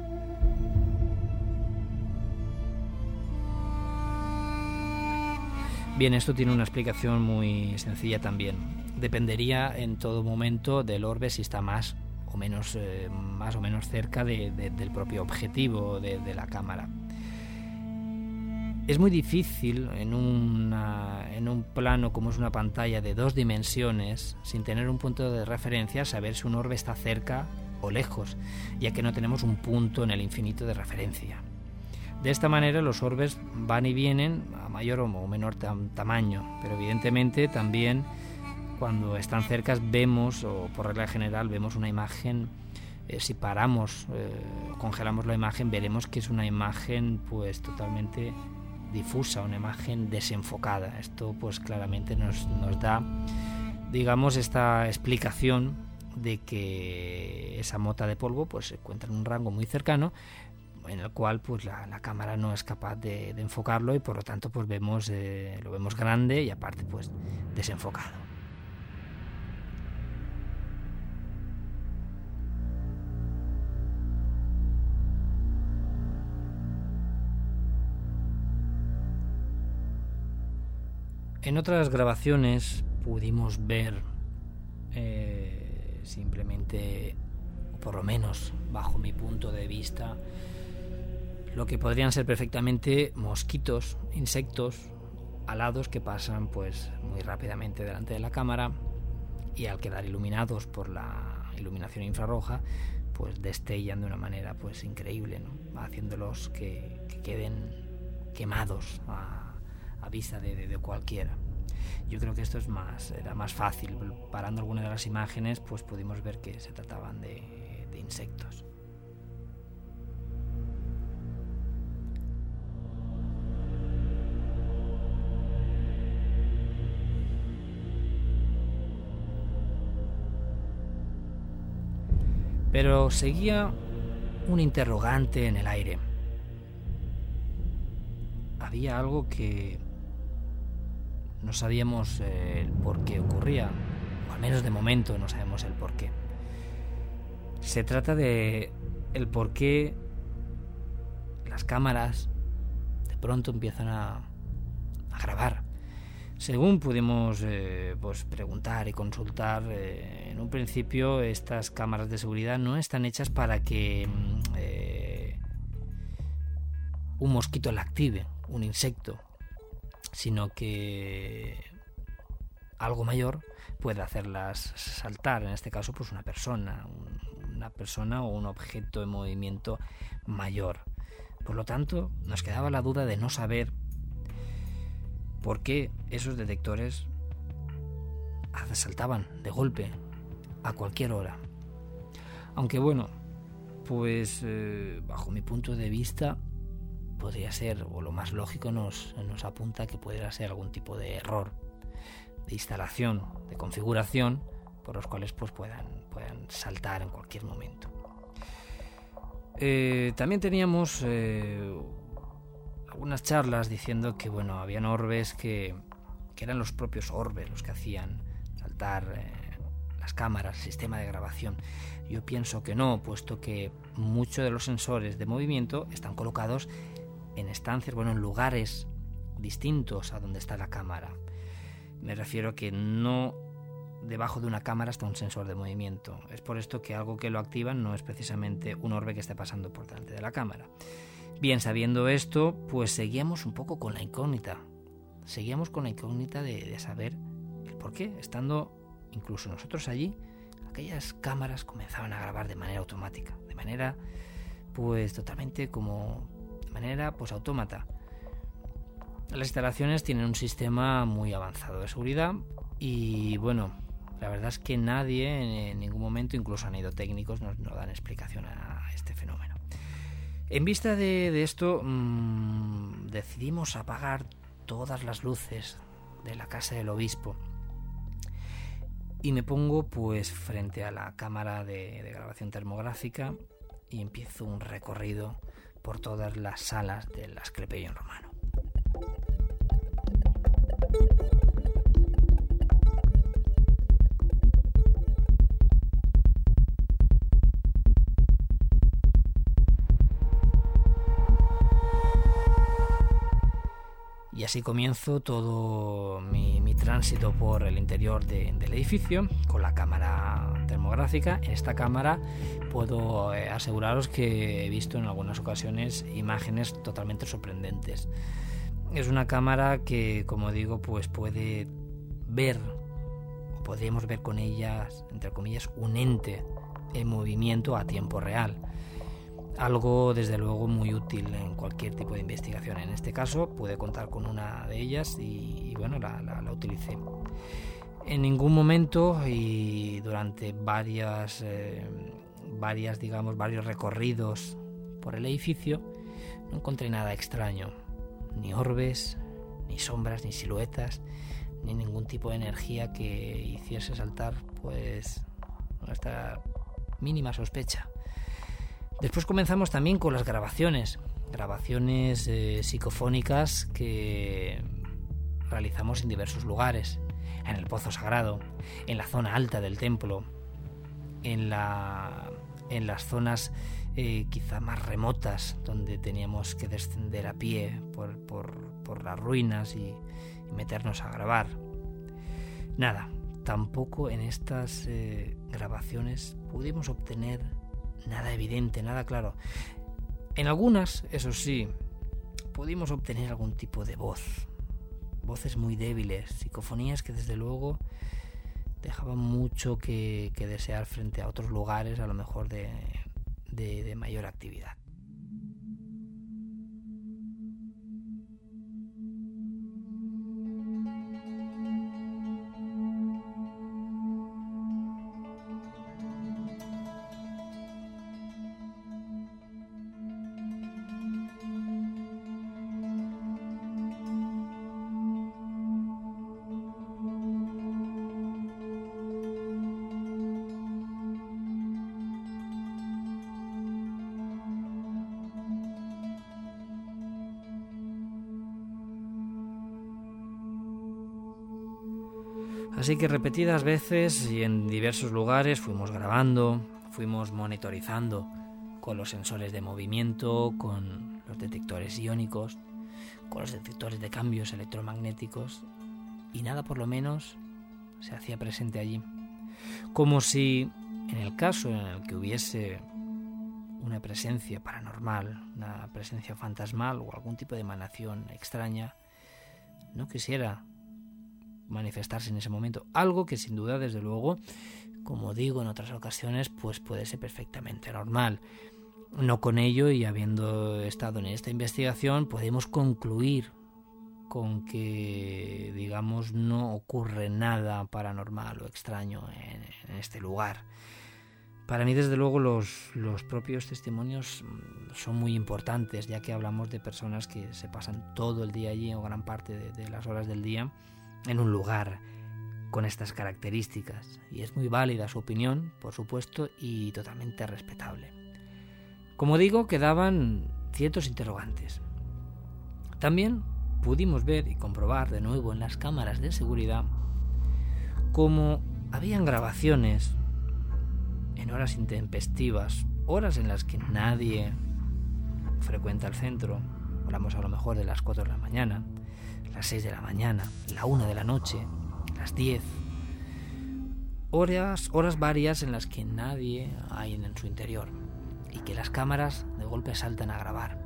Bien, esto tiene una explicación muy sencilla también. Dependería en todo momento del orbe si está más o menos, eh, más o menos cerca de, de, del propio objetivo de, de la cámara. Es muy difícil en, una, en un plano como es una pantalla de dos dimensiones, sin tener un punto de referencia, saber si un orbe está cerca o lejos, ya que no tenemos un punto en el infinito de referencia. De esta manera los orbes van y vienen a mayor o menor tam- tamaño, pero evidentemente también cuando están cerca vemos, o por regla general, vemos una imagen, eh, si paramos, eh, congelamos la imagen, veremos que es una imagen pues totalmente difusa, una imagen desenfocada. Esto pues claramente nos, nos da, digamos, esta explicación de que esa mota de polvo pues se encuentra en un rango muy cercano, en el cual pues la, la cámara no es capaz de, de enfocarlo y por lo tanto pues vemos eh, lo vemos grande y aparte pues desenfocado. En otras grabaciones pudimos ver eh, simplemente, o por lo menos bajo mi punto de vista, lo que podrían ser perfectamente mosquitos, insectos alados que pasan pues muy rápidamente delante de la cámara y al quedar iluminados por la iluminación infrarroja pues destellan de una manera pues increíble, ¿no? Haciéndolos que, que queden quemados a, a vista de, de, de cualquiera. Yo creo que esto es más, era más fácil. Parando alguna de las imágenes pues pudimos ver que se trataban de, de insectos. Pero seguía un interrogante en el aire. Había algo que no sabíamos eh, el por qué ocurría, o al menos de momento no sabemos el por qué. Se trata de el por qué las cámaras de pronto empiezan a, a grabar. Según pudimos eh, pues preguntar y consultar, eh, en un principio estas cámaras de seguridad no están hechas para que eh, un mosquito la active, un insecto, sino que algo mayor puede hacerlas saltar, en este caso pues una persona, un, una persona o un objeto en movimiento mayor. Por lo tanto, nos quedaba la duda de no saber por qué esos detectores saltaban de golpe a cualquier hora. Aunque bueno, pues eh, bajo mi punto de vista podría ser, o lo más lógico nos, nos apunta que pudiera ser algún tipo de error de instalación, de configuración, por los cuales pues puedan, puedan saltar en cualquier momento. Eh, también teníamos eh, algunas charlas diciendo que bueno, habían orbes que, que eran los propios orbes los que hacían saltar eh, las cámaras, el sistema de grabación. Yo pienso que no, puesto que muchos de los sensores de movimiento están colocados en estancias, bueno, en lugares distintos a donde está la cámara. Me refiero a que no debajo de una cámara está un sensor de movimiento. Es por esto que algo que lo activan no es precisamente un orbe que esté pasando por delante de la cámara. Bien, sabiendo esto, pues seguíamos un poco con la incógnita. Seguíamos con la incógnita de, de saber el por qué, estando incluso nosotros allí, aquellas cámaras comenzaban a grabar de manera automática, de manera pues totalmente como de manera pues autómata. Las instalaciones tienen un sistema muy avanzado de seguridad y bueno, la verdad es que nadie en ningún momento, incluso han ido técnicos, nos, nos dan explicación a este fenómeno. En vista de, de esto, mmm, decidimos apagar todas las luces de la casa del obispo y me pongo pues frente a la cámara de, de grabación termográfica y empiezo un recorrido por todas las salas del Asclepieion romano. Y así comienzo todo mi, mi tránsito por el interior de, del edificio con la cámara termográfica. En esta cámara puedo eh, aseguraros que he visto en algunas ocasiones imágenes totalmente sorprendentes. Es una cámara que, como digo, pues puede ver, o podríamos ver con ellas, entre comillas, un ente en movimiento a tiempo real. Algo, desde luego, muy útil en cualquier tipo de investigación. En este caso, pude contar con una de ellas y, y bueno, la, la, la utilicé. En ningún momento y durante varias, eh, varias, digamos, varios recorridos por el edificio, no encontré nada extraño. Ni orbes, ni sombras, ni siluetas, ni ningún tipo de energía que hiciese saltar, pues, nuestra mínima sospecha. Después comenzamos también con las grabaciones, grabaciones eh, psicofónicas que realizamos en diversos lugares, en el Pozo Sagrado, en la zona alta del templo, en, la, en las zonas eh, quizá más remotas, donde teníamos que descender a pie por, por, por las ruinas y, y meternos a grabar. Nada, tampoco en estas eh, grabaciones pudimos obtener nada evidente, nada claro. En algunas, eso sí, pudimos obtener algún tipo de voz, voces muy débiles, psicofonías que desde luego dejaban mucho que, que desear frente a otros lugares, a lo mejor de, de, de mayor actividad. Así que repetidas veces y en diversos lugares fuimos grabando, fuimos monitorizando con los sensores de movimiento, con los detectores iónicos, con los detectores de cambios electromagnéticos y nada por lo menos se hacía presente allí. Como si, en el caso en el que hubiese una presencia paranormal, una presencia fantasmal o algún tipo de emanación extraña, no quisiera manifestarse en ese momento. Algo que sin duda, desde luego, como digo en otras ocasiones, pues puede ser perfectamente normal. No con ello, y habiendo estado en esta investigación, podemos concluir con que, digamos, no ocurre nada paranormal o extraño en, en este lugar. Para mí, desde luego, los, los propios testimonios son muy importantes, ya que hablamos de personas que se pasan todo el día allí, o gran parte de, de las horas del día, en un lugar con estas características. Y es muy válida su opinión, por supuesto, y totalmente respetable. Como digo, quedaban ciertos interrogantes. También pudimos ver y comprobar de nuevo en las cámaras de seguridad cómo habían grabaciones en horas intempestivas, horas en las que nadie frecuenta el centro. Hablamos a lo mejor de las cuatro de la mañana, las seis de la mañana, la una de la noche, las diez. Horas, horas varias en las que nadie hay en su interior y que las cámaras de golpe saltan a grabar.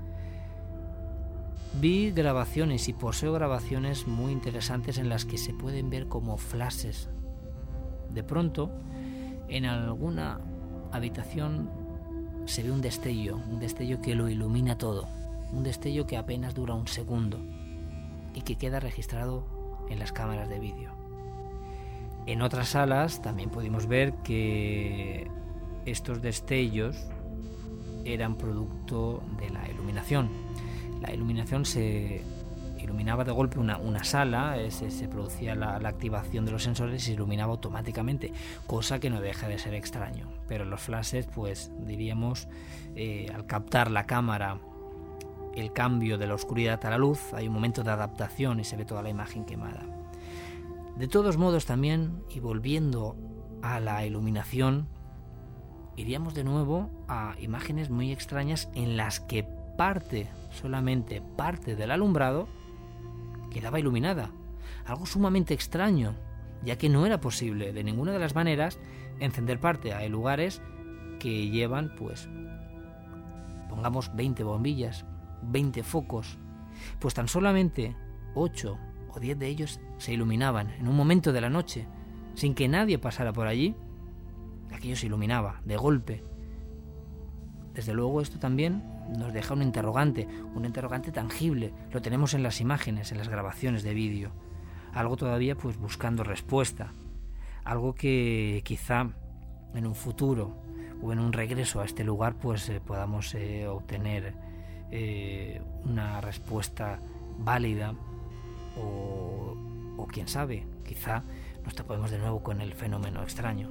Vi grabaciones y poseo grabaciones muy interesantes en las que se pueden ver como flashes. De pronto, en alguna habitación se ve un destello, un destello que lo ilumina todo, un destello que apenas dura un segundo y que queda registrado en las cámaras de vídeo. En otras salas también pudimos ver que estos destellos eran producto de la iluminación. La iluminación se iluminaba de golpe una, una sala, se, se producía la, la activación de los sensores y se iluminaba automáticamente, cosa que no deja de ser extraño. Pero los flashes, pues diríamos, eh, al captar la cámara el cambio de la oscuridad a la luz, hay un momento de adaptación y se ve toda la imagen quemada. De todos modos también, y volviendo a la iluminación, iríamos de nuevo a imágenes muy extrañas en las que parte, solamente parte del alumbrado quedaba iluminada. Algo sumamente extraño, ya que no era posible de ninguna de las maneras encender parte. Hay lugares que llevan, pues, pongamos veinte bombillas, veinte focos, pues tan solamente ocho o diez de ellos se iluminaban en un momento de la noche, sin que nadie pasara por allí. Aquello se iluminaba de golpe. Desde luego esto también nos deja un interrogante, un interrogante tangible. Lo tenemos en las imágenes, en las grabaciones de vídeo. Algo todavía pues buscando respuesta. Algo que quizá en un futuro o en un regreso a este lugar pues eh, podamos eh, obtener eh, una respuesta válida o, o quién sabe, quizá nos topemos de nuevo con el fenómeno extraño.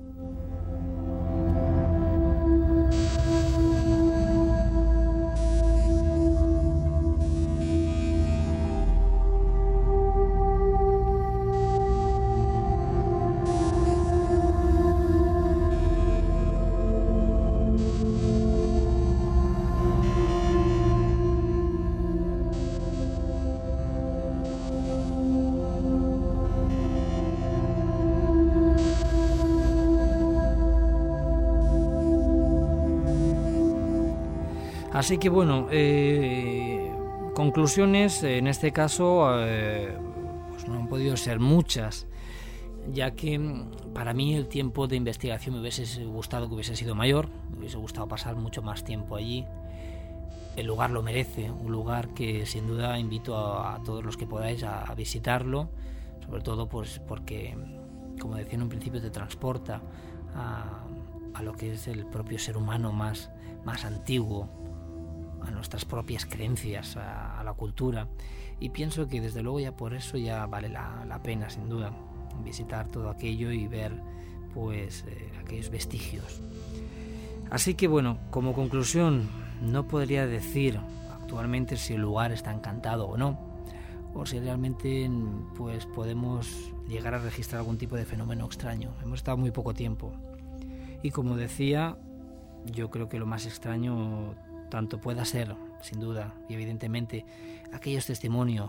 Así que bueno, eh, conclusiones en este caso eh, pues no han podido ser muchas, ya que para mí el tiempo de investigación me hubiese gustado que hubiese sido mayor, me hubiese gustado pasar mucho más tiempo allí. El lugar lo merece, un lugar que sin duda invito a, a todos los que podáis a, a visitarlo, sobre todo pues porque, como decía en un principio, te transporta a, a lo que es el propio ser humano más, más antiguo, a nuestras propias creencias, a, a la cultura, y pienso que desde luego ya por eso ya vale la, la pena sin duda visitar todo aquello y ver pues eh, aquellos vestigios. Así que bueno, como conclusión, no podría decir actualmente si el lugar está encantado o no, o si realmente pues podemos llegar a registrar algún tipo de fenómeno extraño. Hemos estado muy poco tiempo y, como decía, yo creo que lo más extraño tanto pueda ser, sin duda y evidentemente, aquellos testimonios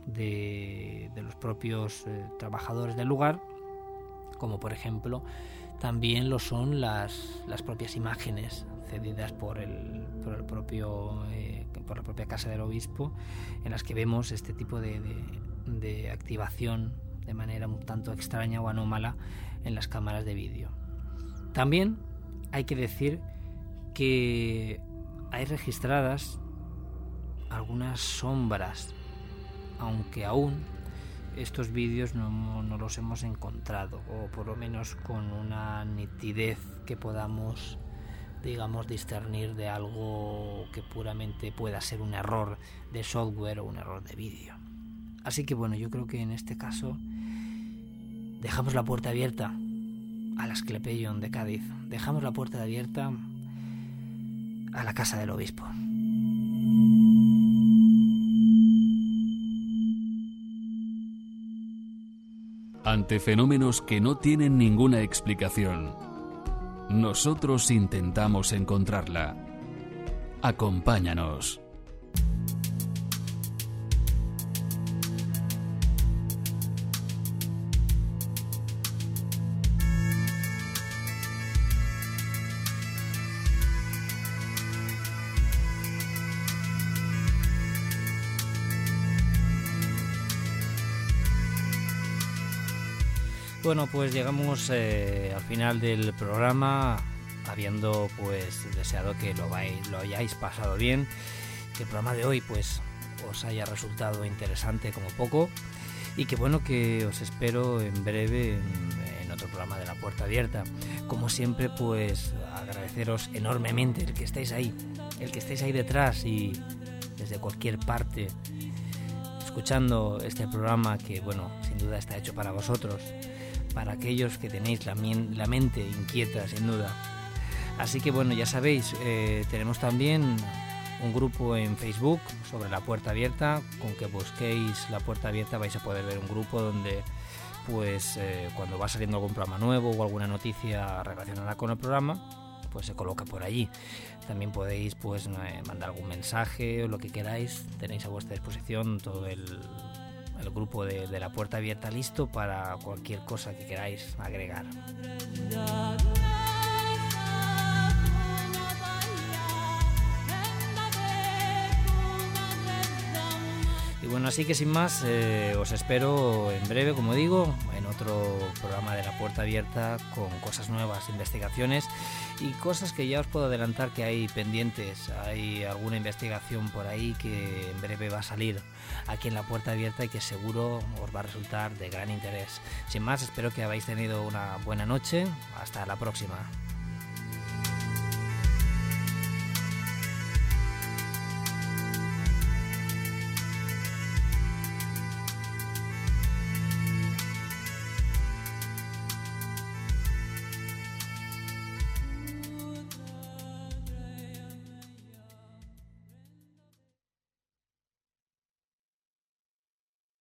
de, de los propios eh, trabajadores del lugar, como por ejemplo también lo son las, las propias imágenes cedidas por el, por el propio eh, por la propia Casa del Obispo, en las que vemos este tipo de, de, de activación de manera un tanto extraña o anómala en las cámaras de vídeo. También hay que decir que hay registradas algunas sombras, aunque aún estos vídeos no, no los hemos encontrado, o por lo menos con una nitidez que podamos, digamos, discernir de algo que puramente pueda ser un error de software o un error de vídeo. Así que bueno, yo creo que en este caso dejamos la puerta abierta a la Asclepieion de Cádiz, dejamos la puerta abierta a la Casa del Obispo. Ante fenómenos que no tienen ninguna explicación, nosotros intentamos encontrarla. Acompáñanos. Bueno, pues llegamos eh, al final del programa, habiendo pues deseado que lo, vais, lo hayáis pasado bien, que el programa de hoy pues os haya resultado interesante como poco, y que bueno, que os espero en breve en, en otro programa de La Puerta Abierta. Como siempre, pues agradeceros enormemente el que estéis ahí, el que estéis ahí detrás y desde cualquier parte escuchando este programa que bueno, sin duda está hecho para vosotros, para aquellos que tenéis la, mien- la mente inquieta, sin duda. Así que bueno, ya sabéis, eh, tenemos también un grupo en Facebook sobre La Puerta Abierta. Con que busquéis La Puerta Abierta vais a poder ver un grupo donde pues eh, cuando va saliendo algún programa nuevo o alguna noticia relacionada con el programa, pues se coloca por allí. También podéis pues eh, mandar algún mensaje o lo que queráis. Tenéis a vuestra disposición todo el el grupo de, de La Puerta Abierta listo para cualquier cosa que queráis agregar. Y bueno, así que sin más, eh, os espero en breve, como digo, en otro programa de La Puerta Abierta con cosas nuevas, investigaciones y cosas que ya os puedo adelantar que hay pendientes. Hay alguna investigación por ahí que en breve va a salir aquí en La Puerta Abierta y que seguro os va a resultar de gran interés. Sin más, espero que habéis tenido una buena noche. Hasta la próxima.